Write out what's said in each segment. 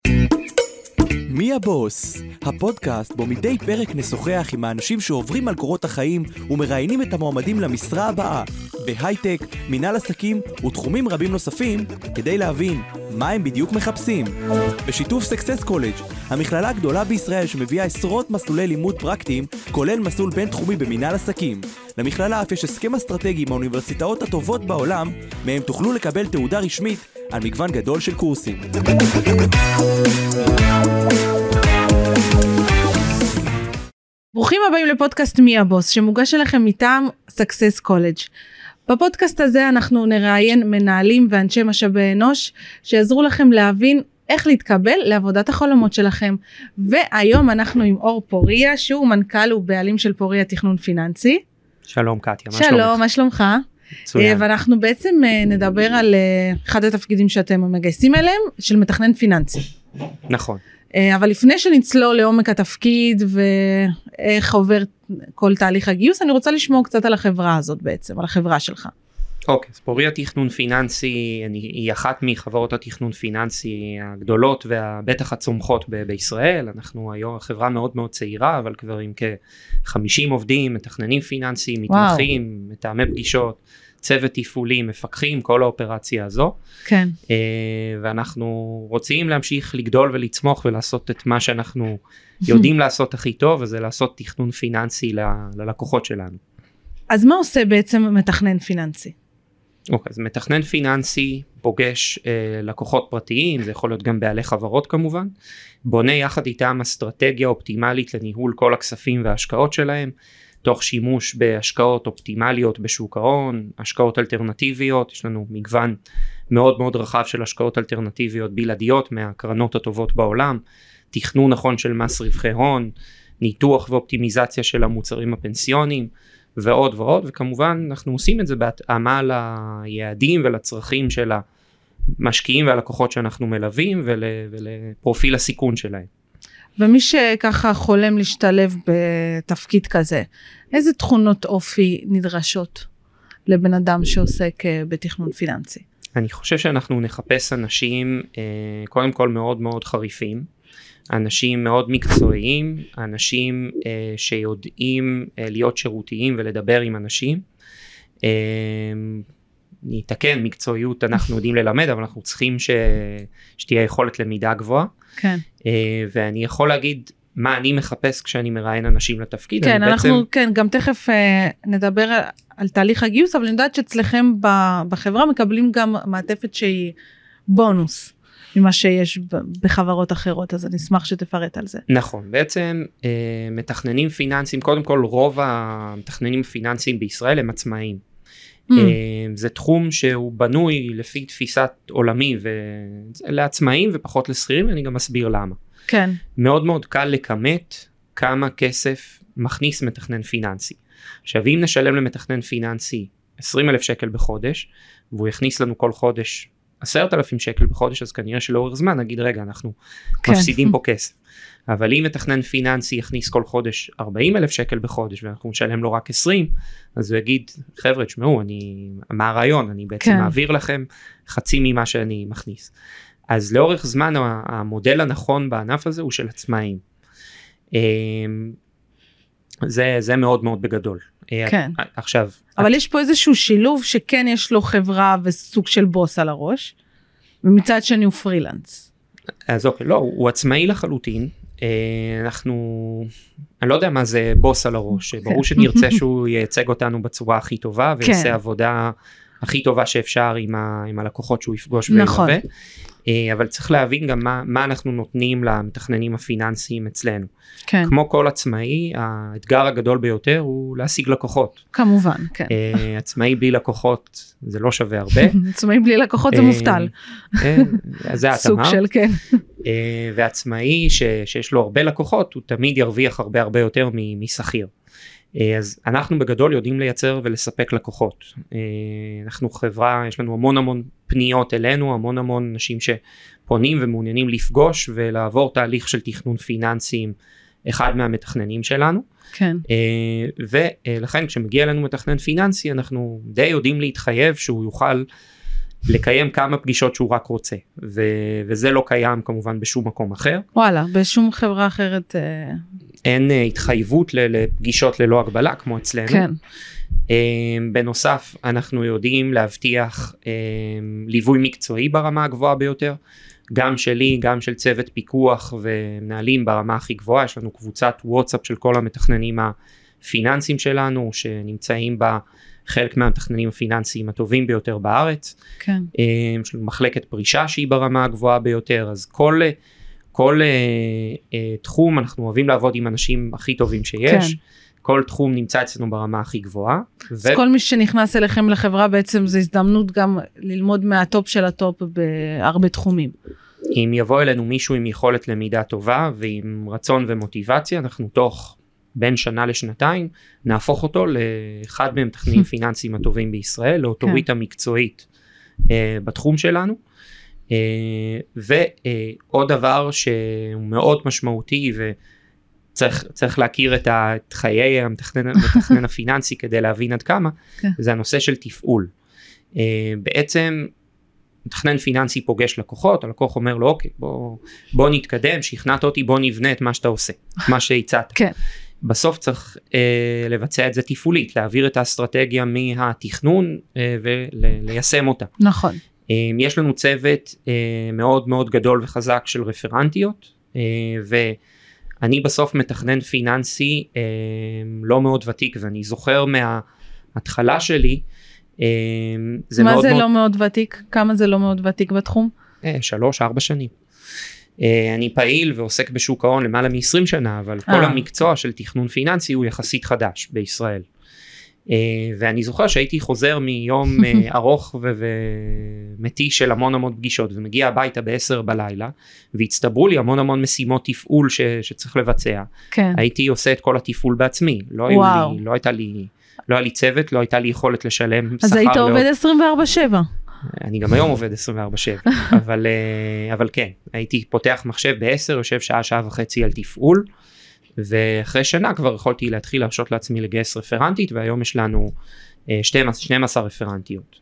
מי הבוס? הפודקאסט בו מדי פרק נשוחח עם האנשים שעוברים על קורות החיים ומראיינים את המועמדים למשרה הבאה, בהייטק, מנהל עסקים ותחומים רבים נוספים, כדי להבין מה הם בדיוק מחפשים. בשיתוף סקסס קולג', המכללה הגדולה בישראל שמביאה עשרות מסלולי לימוד פרקטיים, כולל מסלול בין תחומי במנהל עסקים. למכללה אף יש הסכם אסטרטגי עם האוניברסיטאות הטובות בעולם, מהם תוכלו לקבל תעודה רשמית על מגוון גדול של קורסים. ברוכים הבאים לפודקאסט מי הבוס, שמוגש אליכם מטעם סקסס קולג'. בפודקאסט הזה אנחנו נראיין מנהלים ואנשי משאבי אנוש שיעזרו לכם להבין איך להתקבל לעבודת החלומות שלכם. והיום אנחנו עם אור פוריה, שהוא מנכ"ל ובעלים של פוריה תכנון פיננסי. שלום קטיה, מה שלומך? שלום, מה שלומך? מצוין. ואנחנו בעצם נדבר על אחד התפקידים שאתם מגייסים אליהם, של מתכנן פיננסי. נכון. אבל לפני שנצלול לעומק התפקיד ואיך עובר כל תהליך הגיוס, אני רוצה לשמוע קצת על החברה הזאת בעצם, על החברה שלך. אוקיי, אז פוריה תכנון פיננסי היא אחת מחברות התכנון פיננסי הגדולות ובטח הצומחות בישראל. אנחנו היום חברה מאוד מאוד צעירה, אבל כבר עם כ-50 עובדים, מתכננים פיננסיים, מתמחים, מתאמי פגישות, צוות תפעולי, מפקחים, כל האופרציה הזו. כן. ואנחנו רוצים להמשיך לגדול ולצמוח ולעשות את מה שאנחנו יודעים לעשות הכי טוב, וזה לעשות תכנון פיננסי ללקוחות שלנו. אז מה עושה בעצם מתכנן פיננסי? אוקיי, אז מתכנן פיננסי פוגש לקוחות פרטיים, זה יכול להיות גם בעלי חברות כמובן, בונה יחד איתם אסטרטגיה אופטימלית לניהול כל הכספים וההשקעות שלהם, תוך שימוש בהשקעות אופטימליות בשוק ההון, השקעות אלטרנטיביות, יש לנו מגוון מאוד מאוד רחב של השקעות אלטרנטיביות בלעדיות מהקרנות הטובות בעולם, תכנון נכון של מס רווחי הון, ניתוח ואופטימיזציה של המוצרים הפנסיוניים, ועוד ועוד, וכמובן אנחנו עושים את זה בהתאמה ליעדים ולצרכים של המשקיעים והלקוחות שאנחנו מלווים ולפרופיל הסיכון שלהם. ומי שככה חולם להשתלב בתפקיד כזה, איזה תכונות אופי נדרשות לבן אדם שעוסק בתכנון פיננסי? אני חושב שאנחנו נחפש אנשים קודם כל מאוד מאוד חריפים, אנשים מאוד מקצועיים, אנשים שיודעים להיות שירותיים ולדבר עם אנשים. נתקן, מקצועיות אנחנו יודעים ללמד, אבל אנחנו צריכים שתהיה יכולת למידה גבוהה. כן. ואני יכול להגיד מה אני מחפש כשאני מראיין אנשים לתפקיד. כן, אנחנו גם תכף נדבר על תהליך הגיוס, אבל אני יודעת שאצלכם בחברה מקבלים גם מעטפת שהיא בונוס. ממה שיש בחברות אחרות, אז אני אשמח שתפרט על זה. נכון, בעצם מתכננים פיננסיים, קודם כל רוב המתכננים פיננסיים בישראל הם עצמאיים. זה תחום שהוא בנוי לפי תפיסת עולמי לעצמאיים ופחות לשכירים, אני גם אסביר למה. כן. מאוד מאוד קל לכמת כמה כסף מכניס מתכנן פיננסי. עכשיו אם נשלם למתכנן פיננסי 20,000 שקל בחודש, והוא יכניס לנו כל חודש 10,000 שקל בחודש, אז כנראה שלאורך זמן נגיד רגע אנחנו מפסידים פה כסף. אבל אם מתכנן פיננסי יכניס כל חודש 40,000 שקל בחודש ואנחנו נשלם לו רק 20, אז הוא יגיד חבר'ה תשמעו, מה הרעיון? אני בעצם מעביר לכם חצי ממה שאני מכניס. אז לאורך זמן המודל הנכון בענף הזה הוא של עצמאים. זה מאוד מאוד בגדול. כן. עכשיו. אבל יש פה איזשהו שילוב שכן יש לו חברה וסוג של בוס על הראש, ומצד שני הוא פרילנס. אז אוקיי, לא, הוא עצמאי לחלוטין. אני לא יודע מה זה בוס על הראש, ברור שנרצה שהוא ייצג אותנו בצורה הכי טובה, ויעשה עבודה הכי טובה שאפשר עם הלקוחות שהוא יפגוש וילווה. אבל צריך להבין גם מה אנחנו נותנים למתכננים הפיננסיים אצלנו. כן. כמו כל עצמאי, האתגר הגדול ביותר הוא להשיג לקוחות. כמובן, כן. עצמאי בלי לקוחות זה לא שווה הרבה. עצמאי בלי לקוחות זה מובטל. זה סוג של, כן. ועצמאי שיש לו הרבה לקוחות, הוא תמיד ירוויח הרבה יותר משכיר. אז אנחנו בגדול יודעים לייצר ולספק לקוחות. אנחנו חברה, יש לנו המון פניות אלינו, המון אנשים שפונים ומעוניינים לפגוש ולעבור תהליך של תכנון פיננסיים, אחד מהמתכננים שלנו. כן. ולכן כשמגיע לנו מתכנן פיננסי, אנחנו די יודעים להתחייב שהוא יוכל לקיים כמה פגישות שהוא רק רוצה, וזה לא קיים כמובן בשום מקום אחר. וואלה, בשום חברה אחרת. אין התחייבות לפגישות ללא הגבלה כמו אצלנו. כן. בנוסף, אנחנו יודעים להבטיח ליווי מקצועי ברמה הגבוהה ביותר, גם שלי, גם של צוות פיקוח ומנהלים ברמה הכי גבוהה. יש לנו קבוצת וואטסאפ של כל המתכננים הפיננסיים שלנו, שנמצאים בה חלק מהמתכננים הפיננסיים הטובים ביותר בארץ. כן. יש לנו מחלקת פרישה שהיא ברמה הגבוהה ביותר, אז כל תחום אנחנו אוהבים לעבוד עם אנשים הכי טובים שיש. כן. כל תחום נמצא אצלנו ברמה הכי גבוהה. אז כל מי שנכנס אליכם לחברה בעצם זה הזדמנות גם ללמוד מהטופ של הטופ בהרבה תחומים. אם יבוא אלינו מישהו עם יכולת למידה טובה ועם רצון ומוטיבציה, אנחנו תוך בין שנה לשנתיים נהפוך אותו לאחד מהמתכננים פיננסיים הטובים בישראל, לאוטוריטה מקצועית בתחום שלנו. ועוד דבר שהוא מאוד משמעותי וצריך להכיר את חיי המתכנן הפיננסי כדי להבין עד כמה, זה הנושא של תפעול. בעצם מתכנן פיננסי פוגש לקוחות, הלקוח אומר לו אוקיי בוא נתקדם, שכנעת אותי, בוא נבנה את מה שאתה עושה, מה שהצעת. כן. בסוף צריך לבצע את זה תפעולית, להעביר את האסטרטגיה מהתכנון וליישם אותה. נכון. יש לנו צוות מאוד מאוד גדול וחזק של רפרנטיות, ואני בסוף מתכנן פיננסי לא מאוד ותיק, ואני זוכר מההתחלה שלי, מה זה לא מאוד ותיק? כמה זה לא מאוד ותיק בתחום? 3-4 שנים. אני פעיל ועוסק בשוק ההון למעלה מ-20 שנה, אבל כל המקצוע של תכנון פיננסי הוא יחסית חדש בישראל. ואני זוכר שהייתי חוזר מיום ארוך ומתי של המון פגישות, ומגיע הביתה ב-10 בלילה, והצטברו לי המון משימות תפעול שצריך לבצע. כן. הייתי עושה את כל התפעול בעצמי, לא היה לי צוות, לא הייתה לי יכולת לשלם שכר. אז היית עובד 24/7. אני גם היום עובד 24/7, אבל כן, הייתי פותח מחשב ב-10, יושב שעה וחצי על תפעול, ואחרי שנה כבר יכולתי להתחיל להרשות לעצמי לגייס רפרנטית, והיום יש לנו 12 רפרנטיות.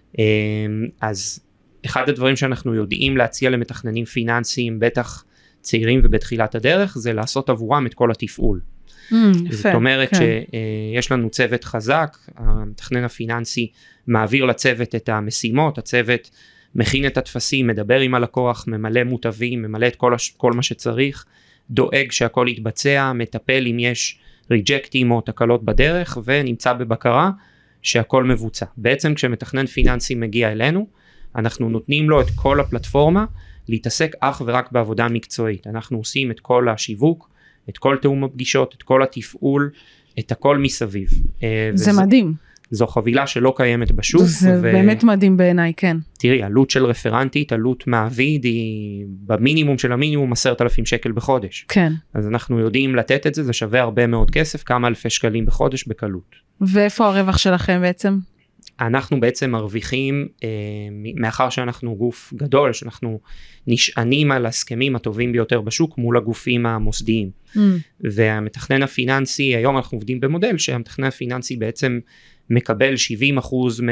אז אחד הדברים שאנחנו יודעים להציע למתכננים פיננסיים, בטח צעירים ובתחילת הדרך, זה לעשות עבורם את כל התפעול. זאת אומרת שיש לנו צוות חזק, המתכנן הפיננסי מעביר לצוות את המשימות, הצוות מכין את התפסים, מדבר עם הלקוח, ממלא מוטבים, ממלא את כל מה שצריך, דואג שהכל יתבצע, מטפל אם יש ריג'קטים או תקלות בדרך, ונמצא בבקרה שהכל מבוצע. בעצם כשמתכנן פיננסי מגיע אלינו, אנחנו נותנים לו את כל הפלטפורמה, להתעסק אך ורק בעבודה מקצועית. אנחנו עושים את כל השיווק, את כל תאום הפגישות, את כל התפעול, את הכל מסביב. זה מדהים. זו חבילה שלא קיימת בשוק. זה באמת מדהים בעיניי, כן. תראי, עלות של רפרנטית, עלות מעביד, היא במינימום של המינימום 10,000 שקל בחודש. כן. אז אנחנו יודעים לתת את זה, זה שווה הרבה מאוד כסף, כמה אלפי שקלים בחודש בקלות. ואיפה הרווח שלכם בעצם? אנחנו בעצם מרוויחים, מאחר שאנחנו גוף גדול, שאנחנו נשענים על הסכמים הטובים ביותר בשוק מול הגופים המוסדיים. והמתכנן הפיננסי, היום אנחנו עובדים במודל שהמתכנן הפיננסי בעצם מקבל 70%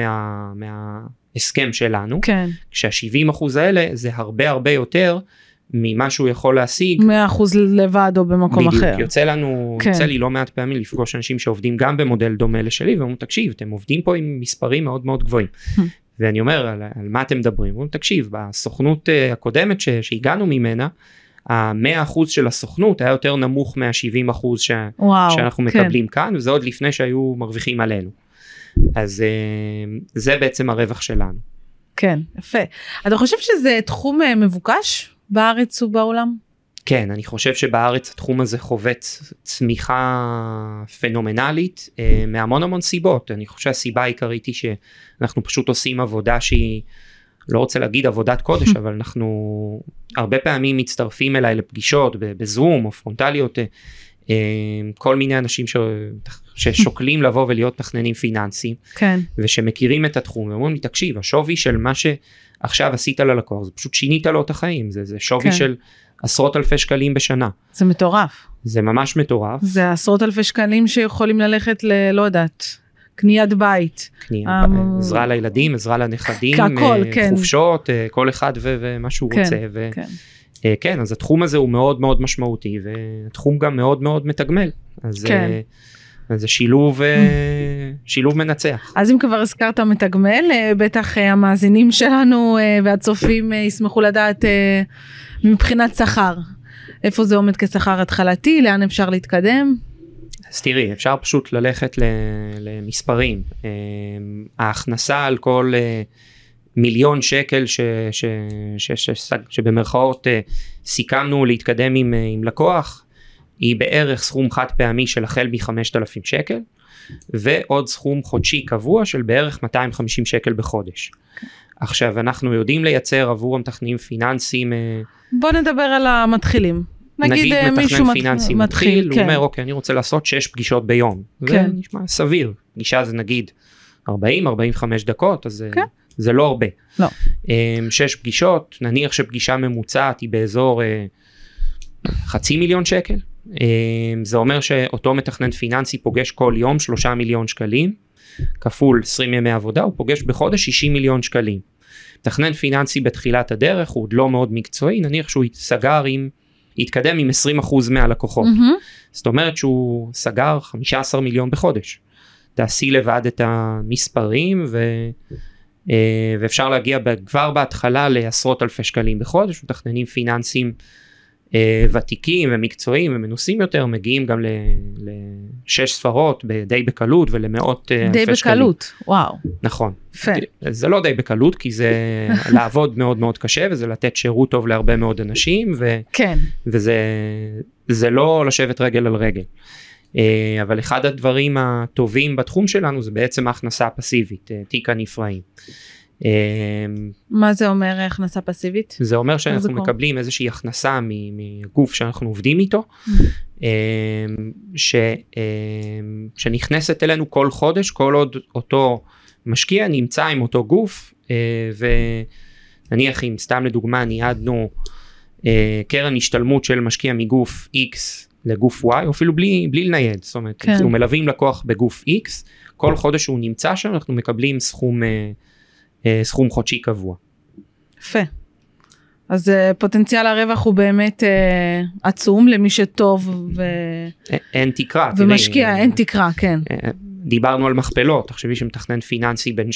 מההסכם שלנו, כן. כשה-70% האלה זה הרבה יותר ממה שהוא יכול להשיג. 100% לבד או במקום אחר. בדיוק, יוצא לי לא מעט פעמים לפגוש אנשים שעובדים גם במודל דומה לשלי, ואומרים, תקשיב, אתם עובדים פה עם מספרים מאוד מאוד גבוהים. ואני אומר, על מה אתם מדברים? אומרים, תקשיב, בסוכנות הקודמת שהגענו ממנה, ה-100% של הסוכנות היה יותר נמוך מה-70% שאנחנו מקבלים כאן, וזה עוד לפני שהיו מרוויחים עלינו. אז זה בעצם הרווח שלנו. כן, יפה. אתה חושב שזה תחום מבוקש בארץ ובעולם? כן, אני חושב שבארץ התחום הזה חובץ צמיחה פנומנלית מהמון סיבות. אני חושב שהסיבה העיקרית היא שאנחנו פשוט עושים עבודה שהיא, לא רוצה להגיד עבודת קודש, אבל אנחנו הרבה פעמים מצטרפים אליי לפגישות בזום או פרונטליות, כל מיני אנשים ששוקלים לבוא ולהיות מתכננים פיננסיים, כן. ושמכירים את התחום, ואומרים לי, תקשיב, השווי של מה שעכשיו עשית ללקוח, זה פשוט שינית לו את החיים, זה שווי של עשרות אלפי שקלים בשנה. זה מטורף. זה ממש מטורף. זה עשרות אלפי שקלים שיכולים ללכת לא יודעת, קניית בית. עזרה לילדים, עזרה לנכדים, חופשות, כל אחד ומה שהוא רוצה. כן, אז התחום הזה הוא מאוד מאוד משמעותי, והתחום גם מאוד מאוד מתגמל. אז זה שילוב מנצח. אז אם כבר הזכרת מתגמל, בטח המאזינים שלנו והצופים ישמחו לדעת מבחינת שכר. איפה זה עומד כשכר התחלתי, לאן אפשר להתקדם? אז תראי, אפשר פשוט ללכת למספרים. ההכנסה על כל מיליון שקל שבמרכאות סיכמנו להתקדם עם לקוח, היא בערך סכום חד פעמי של החל מ-5,000 שקל, ועוד סכום חודשי קבוע של בערך 250 שקל בחודש. עכשיו, אנחנו יודעים לייצר עבור המתכננים פיננסיים. בוא נדבר על המתחילים. נגיד מתכנן פיננסי מתחיל, הוא אומר, אוקיי, אני רוצה לעשות 6 פגישות ביום. זה נשמע סביר. פגישה זה נגיד 40-45 דקות, אז זה לא הרבה. 6 פגישות, נניח שפגישה ממוצעת היא באזור 500,000 שקל. זה אומר שאותו מתכנן פיננסי פוגש כל יום 3 מיליון שקלים, כפול 20 ימי עבודה, הוא פוגש בחודש 60 מיליון שקלים. מתכנן פיננסי בתחילת הדרך, הוא עוד לא מאוד מקצועי, נניח שהוא יתקדם עם 20% מהלקוחות. זאת אומרת שהוא סגר 15 מיליון בחודש. תעשי לבד את המספרים, ואפשר להגיע כבר בהתחלה לעשרות אלפי שקלים בחודש. מתכננים פיננסיים ותיקים ומקצועיים ומנוסים יותר, מגיעים גם ל6 ספרות די בקלות ולמאות אלפי שקלים. די בקלות, וואו. נכון. זה לא די בקלות, כי זה לעבוד מאוד מאוד קשה, וזה לתת שירות טוב להרבה מאוד אנשים, וזה לא לשבת רגל על רגל. אבל אחד הדברים הטובים בתחום שלנו, זה בעצם ההכנסה הפסיבית, תיק הנפרעים. מה זה אומר הכנסה פסיבית? זה אומר שאנחנו מקבלים איזושהי הכנסה מגוף שאנחנו עובדים איתו, שנכנסת אלינו כל חודש, כל עוד אותו משקיע נמצא עם אותו גוף, ונניח אם סתם לדוגמה ניעדנו קרן השתלמות של משקיע מגוף X לגוף Y, או אפילו בלי לנייד, זאת אומרת, אנחנו מלווים לקוח בגוף X, כל חודש שהוא נמצא שם אנחנו מקבלים סכום חודשי קבוע. יפה. אז פוטנציאל הרווח הוא באמת עצום למי שטוב אין תקרה. ומשקיע, אין תקרה, כן. דיברנו על מכפלות, תחשבי שמתכנן פיננסי בין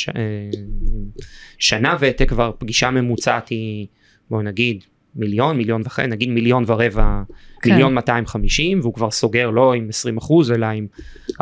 שנה ותק כבר פגישה ממוצעת היא, בוא נגיד, מיליון וחצי, נגיד 1.25 מיליון, 1,250,000, והוא כבר סוגר לא עם 20%, אלא עם 40-50%,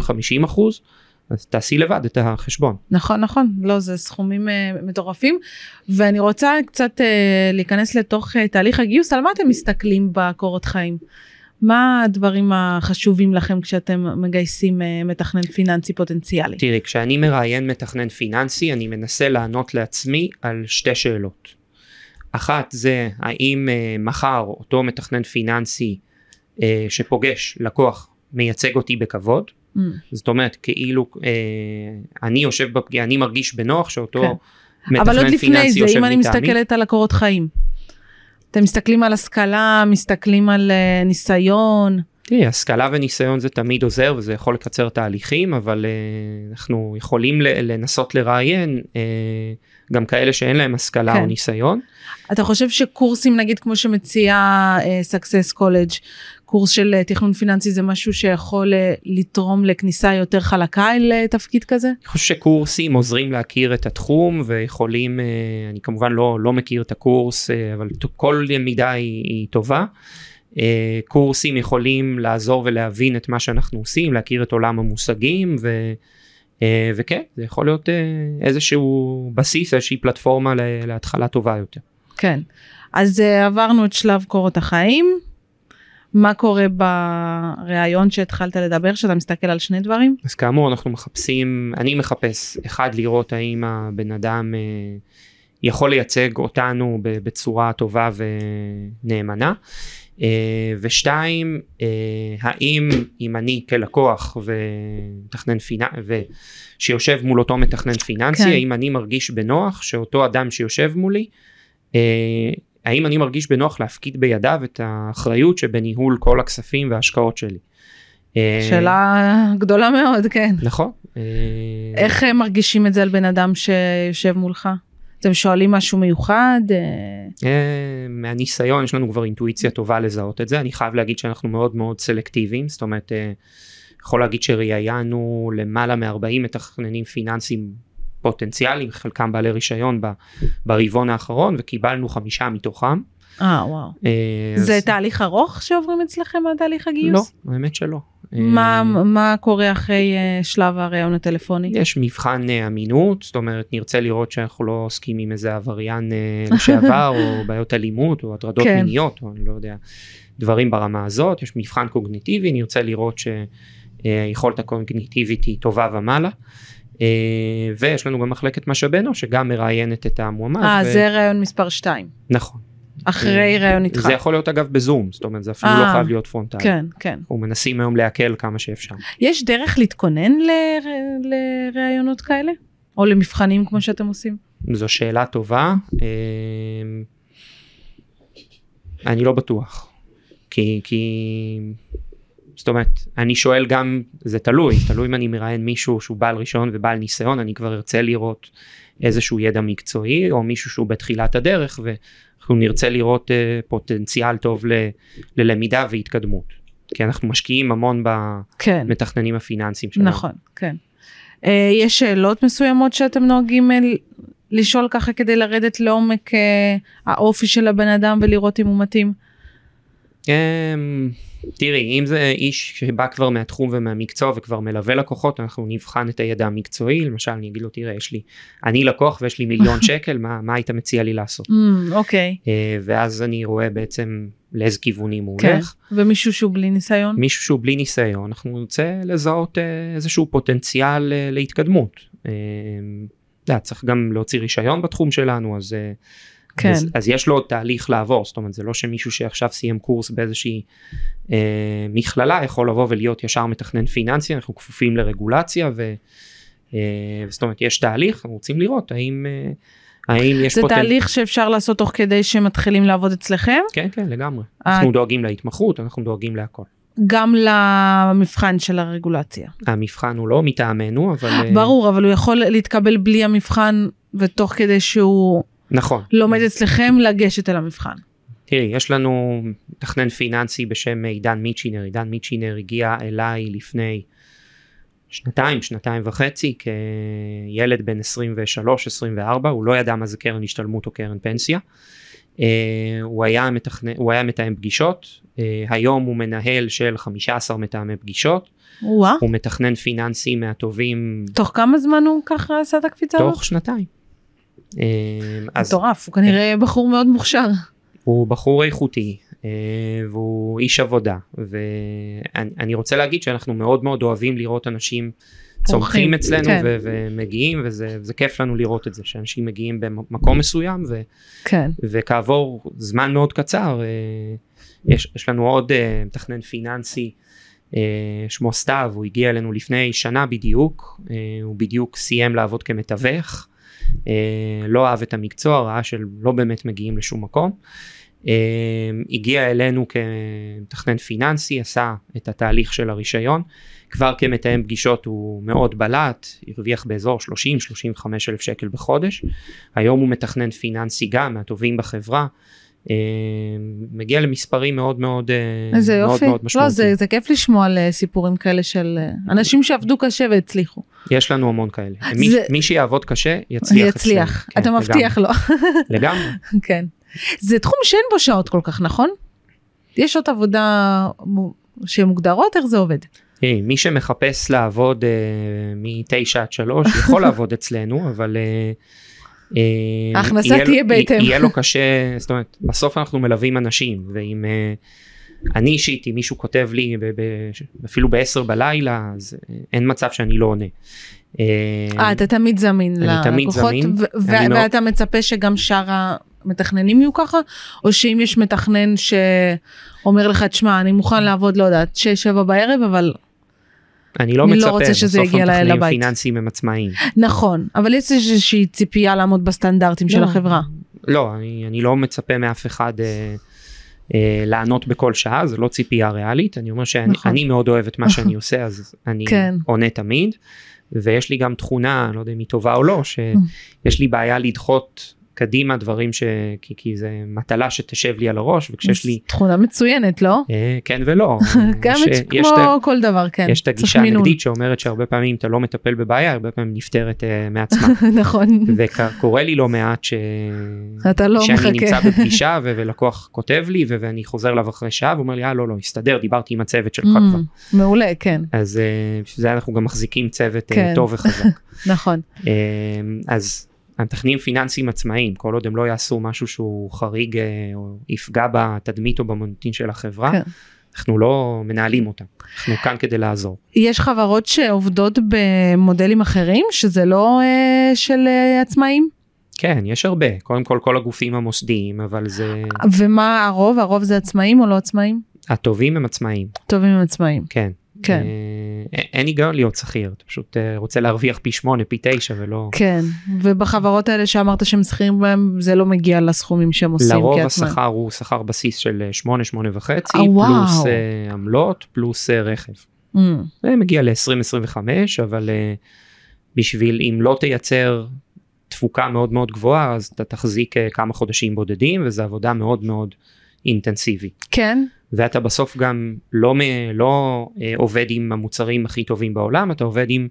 אז תעשי לבד את החשבון. נכון, לא, זה סכומים מטורפים, ואני רוצה קצת להיכנס לתוך תהליך הגיוס, על מה אתם מסתכלים בקורות חיים? מה הדברים החשובים לכם כשאתם מגייסים מתכנן פיננסי פוטנציאלי? תראי, כשאני מראיין מתכנן פיננסי, אני מנסה לענות לעצמי על 2 שאלות. אחת זה, האם מחר אותו מתכנן פיננסי שפוגש לקוח מייצג אותי בכבוד? זאת אומרת, כאילו אני יושב בפגיעה, אני מרגיש בנוח שאותו מתכנן פיננסי יושב איתנו. אבל עוד לפני זה, אם אני מסתכלת על הקורות חיים, אתם מסתכלים על השכלה, מסתכלים על ניסיון? תראי, השכלה וניסיון זה תמיד עוזר, וזה יכול לקצר תהליכים, אבל אנחנו יכולים לנסות לראיין גם כאלה שאין להם השכלה או ניסיון. אתה חושב שקורסים, נגיד כמו שמציע Success College, קורס של תכנון פיננסי זה משהו שיכול לתרום לכניסה יותר חלקה לתפקיד כזה? אני חושב שקורסים עוזרים להכיר את התחום ויכולים, אני כמובן לא מכיר את הקורס, אבל כל למידה היא טובה. קורסים יכולים לעזור ולהבין את מה שאנחנו עושים, להכיר את עולם המושגים, וכן, זה יכול להיות איזשהו בסיס, איזושהי פלטפורמה להתחלה טובה יותר. כן, אז עברנו את שלב קורות החיים, מה קורה בראיון שהתחלת לדבר, שאתה מסתכל על 2 דברים? אז כאמור, אנחנו מחפשים, אני מחפש, אחד, לראות האם הבן אדם יכול לייצג אותנו בצורה טובה ונאמנה, ו2, האם אם אני כלקוח ומתכנן שיושב מול אותו מתכנן פיננסי, האם אני מרגיש בנוח שאותו אדם שיושב מולי, האם אני מרגיש בנוח להפקיד בידיו את האחריות שבניהול כל הכספים וההשקעות שלי. שאלה גדולה מאוד, כן. נכון. איך מרגישים את זה על בן אדם שיושב מולך? אתם שואלים משהו מיוחד? מהניסיון יש לנו כבר אינטואיציה טובה לזהות את זה, אני חייב להגיד שאנחנו מאוד מאוד סלקטיביים, זאת אומרת, יכול להגיד שראיינו למעלה מ-40 מתכננים פיננסיים פוטנציאליים, חלקם בעלי רישיון ברבעון האחרון, וקיבלנו 5 מתוכם. וואו. זה תהליך ארוך שעוברים אצלכם מהתהליך הגיוס? לא, האמת שלא. מה קורה אחרי שלב הרעיון הטלפוני? יש מבחן אמינות, זאת אומרת נרצה לראות שאנחנו לא עוסקים עם איזה עבריין לשעבר, או בעיות אלימות, או הטרדות מיניות, או אני לא יודע, דברים ברמה הזאת. יש מבחן קוגניטיבי, נרצה לראות שיכולת הקוגניטיבית היא טובה ומעלה. ויש לנו גם מחלקת משאבי אנוש שגם מראיינת את המועמד. זה רעיון מספר 2. נכון. אחרי רעיון איתך. זה יכול להיות אגב בזום, זאת אומרת זה אפילו לא חייב להיות פרונטלי. כן, כן. אנחנו מנסים היום להקל כמה שאפשר. יש דרך להתכונן לרעיונות כאלה? או למבחנים כמו שאתם עושים? זו שאלה טובה. אני לא בטוח. כי זאת אומרת, אני שואל גם, זה תלוי אם אני מראיין מישהו שהוא בעל רישיון ובעל ניסיון, אני כבר ארצה לראות איזשהו ידע מקצועי, או מישהו שהוא בתחילת הדרך, ואנחנו נרצה לראות פוטנציאל טוב ללמידה והתקדמות. כי אנחנו משקיעים המון במתכננים הפיננסיים שלנו. נכון, כן. יש שאלות מסוימות שאתם נוהגים לשאול ככה כדי לרדת לעומק האופי של הבן אדם ולראות אם הוא מתאים? תראי, אם זה איש שבא כבר מהתחום ומהמקצוע וכבר מלווה לקוחות, אנחנו נבחן את הידע המקצועי, למשל אני אגיד לו, תראה, אני לקוח ויש לי $1,000,000, מה היית מציע לי לעשות? אוקיי. ואז אני רואה בעצם לאיזה כיוונים הוא כן. הולך. ומישהו שהוא בלי ניסיון? מישהו שהוא בלי ניסיון, אנחנו נרצה לזהות איזשהו פוטנציאל להתקדמות. צריך גם להוציא רישיון בתחום שלנו, כן. אז יש לו תהליך לעבור, זאת אומרת, זה לא שמישהו שעכשיו סיים קורס באיזושהי מכללה, יכול לבוא ולהיות ישר מתכנן פיננסי, אנחנו כפופים לרגולציה, זאת אומרת, יש תהליך, אנחנו רוצים לראות האם יש זה תהליך שאפשר לעשות תוך כדי שמתחילים לעבוד אצלכם? כן, כן, לגמרי. אנחנו דואגים להתמחות, אנחנו דואגים להכל. גם למבחן של הרגולציה. המבחן הוא לא מטעמנו, אבל... ברור, אבל הוא יכול להתקבל בלי המבחן, ותוך כדי שהוא... נכון. לומד אצלכם לגשת אל המבחן. תראי, יש לנו מתכנן פיננסי בשם עידן מיצ'ינר. עידן מיצ'ינר הגיע אליי לפני שנתיים וחצי, כילד בן 23-24, הוא לא ידע מה זה קרן השתלמות או קרן פנסיה. הוא היה מתאם פגישות, היום הוא מנהל של 15 מתאמי פגישות. הוא מתכנן פיננסי מהטובים. תוך כמה זמן הוא ככה עשה את הקפיצה? תוך 2 מטורף, הוא כנראה בחור מאוד מוכשר. הוא בחור איכותי, והוא איש עבודה, ואני רוצה להגיד שאנחנו מאוד מאוד אוהבים לראות אנשים צומחים אצלנו ומגיעים, וזה כיף לנו לראות את זה, שאנשים מגיעים במקום מסוים, וכעבור זמן מאוד קצר, יש לנו עוד מתכנן פיננסי, שמו סתיו, הוא הגיע אלינו לפני שנה בדיוק, הוא בדיוק סיים לעבוד כמתווך, לא אהב את המקצוע, ראה שלא באמת מגיעים לשום מקום, הגיע אלינו כמתכנן פיננסי, עשה את התהליך של הרישיון, כבר כמתאם פגישות הוא מאוד בלט, הרוויח באזור 30-35 אלף שקל בחודש, היום הוא מתכנן פיננסי גם, מהטובים בחברה, מגיע למספרים מאוד מאוד משמעותיים. לא, זה כיף לשמוע על סיפורים כאלה של אנשים שעבדו קשה והצליחו. יש לנו המון כאלה. מי שיעבוד קשה יצליח. אתה מבטיח לו. לגמרי. כן. זה תחום שאין בו שעות כל כך, נכון? יש שעות עבודה שמוגדרות, איך זה עובד? מי שמחפש לעבוד מ-9 עד 3 יכול לעבוד אצלנו, אבל ההכנסה תהיה בהתאם. יהיה לו קשה, זאת אומרת, בסוף אנחנו מלווים אנשים, ואם אני אישית, אם מישהו כותב לי אפילו ב-10 בלילה, אז אין מצב שאני לא עונה. אתה תמיד זמין ללקוחות, ואתה מצפה שגם שאר המתכננים יהיו ככה, או שאם יש מתכנן שאומר לך, תשמע, אני מוכן לעבוד, לא יודעת, 6-7 בערב, אבל... אני לא מצפה, רוצה שזה יגיע לבית. בסוף המתכננים פיננסיים הם עצמאיים. נכון, אבל יש איזושהי ציפייה לעמוד בסטנדרטים של החברה. לא, אני לא מצפה מאף אחד לענות בכל שעה, זה לא ציפייה ריאלית, אני אומר שאני מאוד אוהב את מה שאני עושה, אז אני עונה תמיד, ויש לי גם תכונה, לא יודע אם היא טובה או לא, שיש לי בעיה לדחות קדימה דברים כי זה מטלה שתשב לי על הראש, וכשיש לי... תכונה מצוינת, לא? כן ולא. גם כמו כל דבר, כן. יש את הגישה הנגדית שאומרת שהרבה פעמים אתה לא מטפל בבעיה, הרבה פעמים נפטרת מעצמה. נכון. וקורא לי לא מעט שאני נמצא בפגישה ולקוח כותב לי, ואני חוזר אליו אחרי שעה, ואומר לי, לא, הסתדר, דיברתי עם הצוות שלך כבר. מעולה, כן. אז זה אנחנו גם מחזיקים צוות טוב וחזק. נכון. אז המתכננים פיננסיים עצמאיים, כל עוד הם לא יעשו משהו שהוא חריג או יפגע בתדמית או במוניטין של החברה, אנחנו לא מנהלים אותם, אנחנו כאן כדי לעזור. יש חברות שעובדות במודלים אחרים, שזה לא של עצמאים? כן, יש הרבה, קודם כל הגופים המוסדיים, אבל זה... ומה הרוב? הרוב זה עצמאים או לא עצמאים? הטובים הם עצמאים. טובים הם עצמאים. כן. כן. אין היגיון להיות שכיר, אתה פשוט רוצה להרוויח פי 8, פי 9 ולא... כן, ובחברות האלה שאמרת שהם שכירים בהם, זה לא מגיע לסכומים שהם עושים כעצמאים. לרוב השכר הוא שכר בסיס של 8.5, פלוס עמלות, פלוס רכב. זה מגיע ל-20-25, אבל בשביל אם לא תייצר תפוקה מאוד מאוד גבוהה, אז אתה תחזיק כמה חודשים בודדים, וזו עבודה מאוד מאוד אינטנסיבית. כן. ואתה בסוף גם לא עובד עם המוצרים הכי טובים בעולם, אתה עובד עם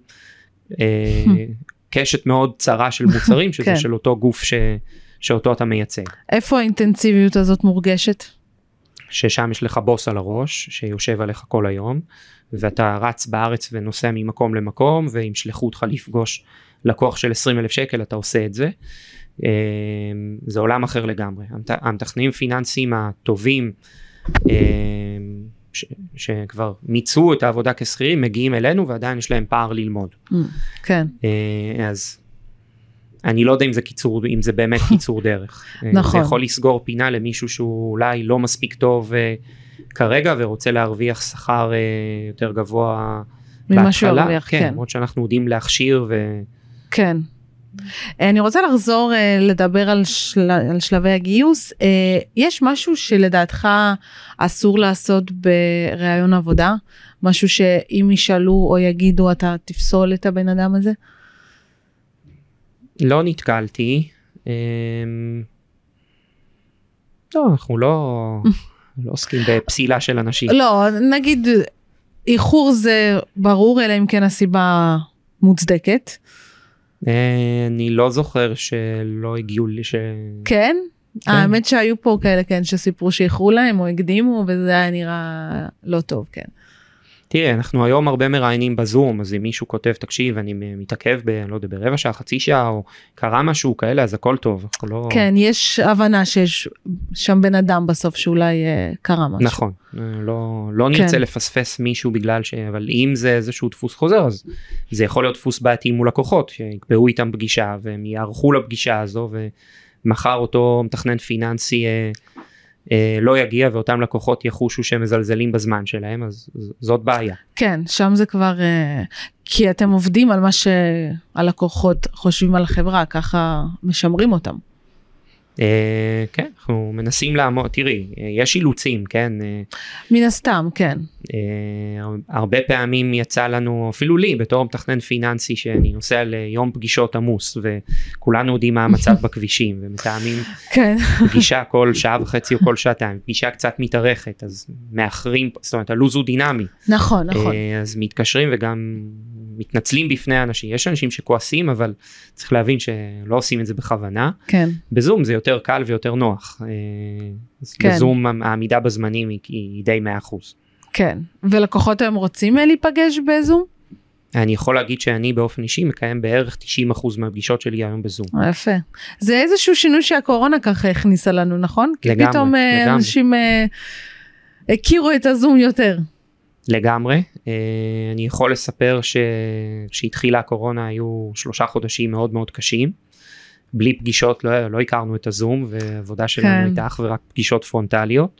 קשת מאוד צרה של מוצרים, שזה של אותו גוף שאותו אתה מייצג. איפה האינטנסיביות הזאת מורגשת? ששם יש לך בוס על הראש, שיושב עליך כל היום, ואתה רץ בארץ ונוסע ממקום למקום, ואם שלחו אותך לפגוש לקוח של 20,000 שקל, אתה עושה את זה. זה עולם אחר לגמרי. המתכננים פיננסיים הטובים, שכבר מיצו את העבודה כשכירים, מגיעים אלינו ועדיין יש להם פער ללמוד. כן. אז אני לא יודע אם זה באמת קיצור דרך. נכון. זה יכול לסגור פינה למישהו שהוא אולי לא מספיק טוב כרגע, ורוצה להרוויח שכר יותר גבוה בהתחלה. כן, למרות שאנחנו יודעים להכשיר כן. אני רוצה לחזור לדבר על שלבי הגיוס. יש משהו שלדעתך אסור לעשות ברעיון עבודה? משהו שאם ישאלו או יגידו אתה תפסול את הבן אדם הזה? לא נתקלתי. לא, אנחנו לא עוסקים בפסילה של אנשים. לא, נגיד איחור זה ברור, אלא אם כן הסיבה מוצדקת. אני לא זוכר שלא הגיעו לי כן? האמת שהיו פה כאלה, כן, שסיפרו שאיחרו להם או הקדימו, וזה היה נראה לא טוב, כן. תראה, אנחנו היום הרבה מראיינים בזום, אז אם מישהו כותב, תקשיב, אני מתעכב לא יודע, ברבע שעה, חצי שעה, או קרה משהו כאלה, אז הכל טוב. כן, יש הבנה שיש שם בן אדם בסוף שאולי קרה משהו. נכון, לא נרצה לפספס מישהו בגלל אבל אם זה איזשהו דפוס חוזר, אז זה יכול להיות דפוס בעייתי מול לקוחות, שיקבעו איתם פגישה, והם יערכו לפגישה הזו, ומחר אותו מתכנן פיננסי לא יגיע, ואותם לקוחות יחושו שהם מזלזלים בזמן שלהם, אז זאת בעיה. כן, שם זה כבר, כי אתם עובדים על מה שהלקוחות חושבים על החברה, ככה משמרים אותם. כן, אנחנו מנסים לעמוד, תראי, יש אילוצים, כן? מן הסתם, כן. הרבה פעמים יצא לנו, אפילו לי, בתור מתכנן פיננסי, שאני נוסע ליום פגישות עמוס, וכולנו יודעים מה המצב בכבישים, ומתאמים פגישה כל שעה וחצי או כל שעתיים, פגישה קצת מתארכת, אז מאחרים, זאת אומרת, הלוז הוא דינמי. נכון, נכון. אז מתקשרים וגם מתנצלים בפני האנשים, יש אנשים שכועסים, אבל צריך להבין שלא עושים את זה בכוונה. כן. בזום זה יותר קל ויותר נוח. כן. בזום העמידה בזמנים היא די 100%. כן. ולקוחות הם רוצים להיפגש בזום? אני יכול להגיד שאני באופן אישי מקיים בערך 90% מהפגישות שלי היום בזום. יפה. זה איזשהו שינוי שהקורונה ככה הכניסה לנו, נכון? לגמרי. כי פתאום אנשים הכירו את הזום יותר. לגמרי. אני יכול לספר שהתחילה הקורונה היו 3 חודשים מאוד מאוד קשים. בלי פגישות, לא הכרנו את הזום, ועבודה שלנו הייתה אך ורק פגישות פרונטליות,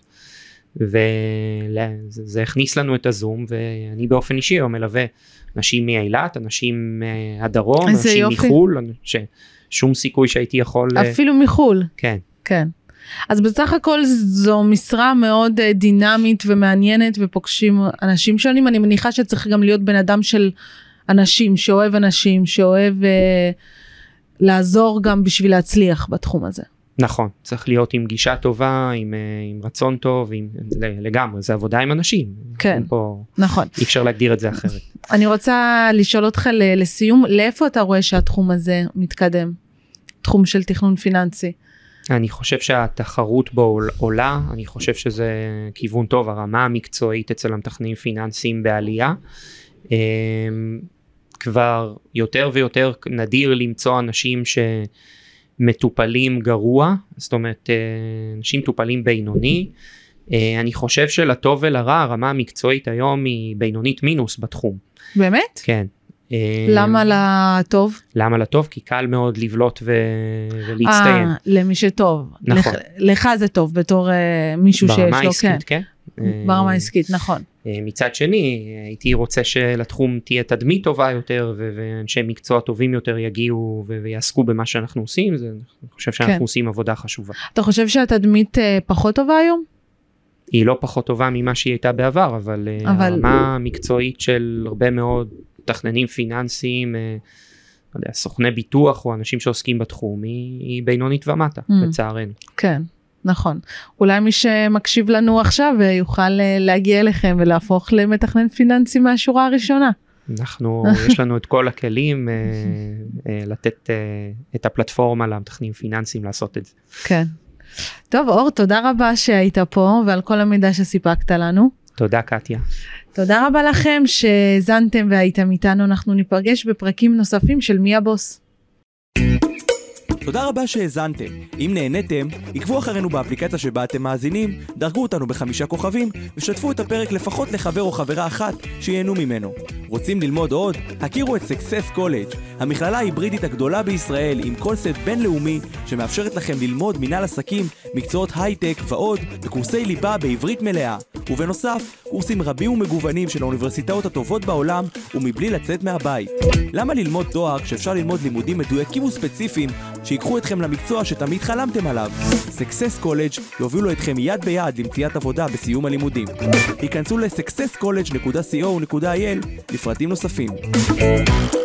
וזה הכניס לנו את הזום, ואני באופן אישי מלווה אנשים מאילת, אנשים מהדרום, אנשים מחול, ששום סיכוי שהייתי יכול... אפילו מחול. כן. כן. אז בסך הכל זו משרה מאוד דינמית ומעניינת ופוגשים אנשים שונים. אני מניחה שצריך גם להיות בן אדם של אנשים, שאוהב לעזור גם בשביל להצליח בתחום הזה. נכון, צריך להיות עם גישה טובה, עם רצון טוב, לגמרי, זה עבודה עם אנשים. כן, נכון. אי אפשר להגדיר את זה אחרת. אני רוצה לשאול אותך לסיום, לאיפה אתה רואה שהתחום הזה מתקדם? תחום של תכנון פיננסי. אני חושב שהתחרות בו עולה, אני חושב שזה כיוון טוב, הרמה המקצועית אצל המתכננים פיננסיים בעלייה. כבר יותר ויותר נדיר למצוא אנשים שמטופלים גרוע, זאת אומרת, אנשים מטופלים בינוני. אני חושב שלטוב ולרע, הרמה המקצועית היום היא בינונית מינוס בתחום. באמת? כן. למה לטוב? למה לטוב? כי קל מאוד לבלוט ולהצטיין. למי שטוב. נכון. לך זה טוב בתור מישהו שיש לו, כן. ברמה העסקית, כן. ברמה העסקית, נכון. מצד שני, הייתי רוצה שלתחום תהיה תדמית טובה יותר, ואנשי מקצוע טובים יותר יגיעו ויעסקו במה שאנחנו עושים, אני חושב שאנחנו עושים עבודה חשובה. אתה חושב שהתדמית פחות טובה היום? היא לא פחות טובה ממה שהיא הייתה בעבר, אבל הרמה המקצועית של הרבה מאוד מתכננים פיננסיים, סוכני ביטוח או אנשים שעוסקים בתחום, היא בינונית ומטה, לצערנו. כן. נכון. אולי מי שמקשיב לנו עכשיו יוכל להגיע אליכם ולהפוך למתכנן פיננסי מהשורה הראשונה. יש לנו את כל הכלים לתת את הפלטפורמה למתכננים פיננסיים לעשות את זה. כן. טוב, אור, תודה רבה שהיית פה ועל כל המידע שסיפקת לנו. תודה, קטיה. תודה רבה לכם שהזנתם והייתם איתנו. אנחנו ניפגש בפרקים נוספים של מי הבוס. תודה רבה שהזנתם. אם נהניתם, עקבו אחרינו באפליקציה שבה אתם מאזינים, דרגו אותנו ב5 כוכבים, ושתפו את הפרק לפחות לחבר או חברה אחת שיהנו ממנו. רוצים ללמוד עוד? הכירו את Success College, המכללה ההיברידית הגדולה בישראל עם קונספט בינלאומי שמאפשרת לכם ללמוד מנהל עסקים, מקצועות הייטק ועוד בקורסי ליבה בעברית מלאה. ובנוסף, קורסים רבים ומגוונים של האוניברסיטאות הטובות בעולם ומבלי לצאת מהבית. למה ללמוד תואר כשאפשר ללמוד לימודים מדויקים וספציפיים שיקחו אתכם למקצוע שתמיד חלמתם עליו? Success College יובילו אתכם יד ביד למציאת עבודה בסיום הלימודים. היכנסו ל-successcollege.co.il לפרטים נוספים.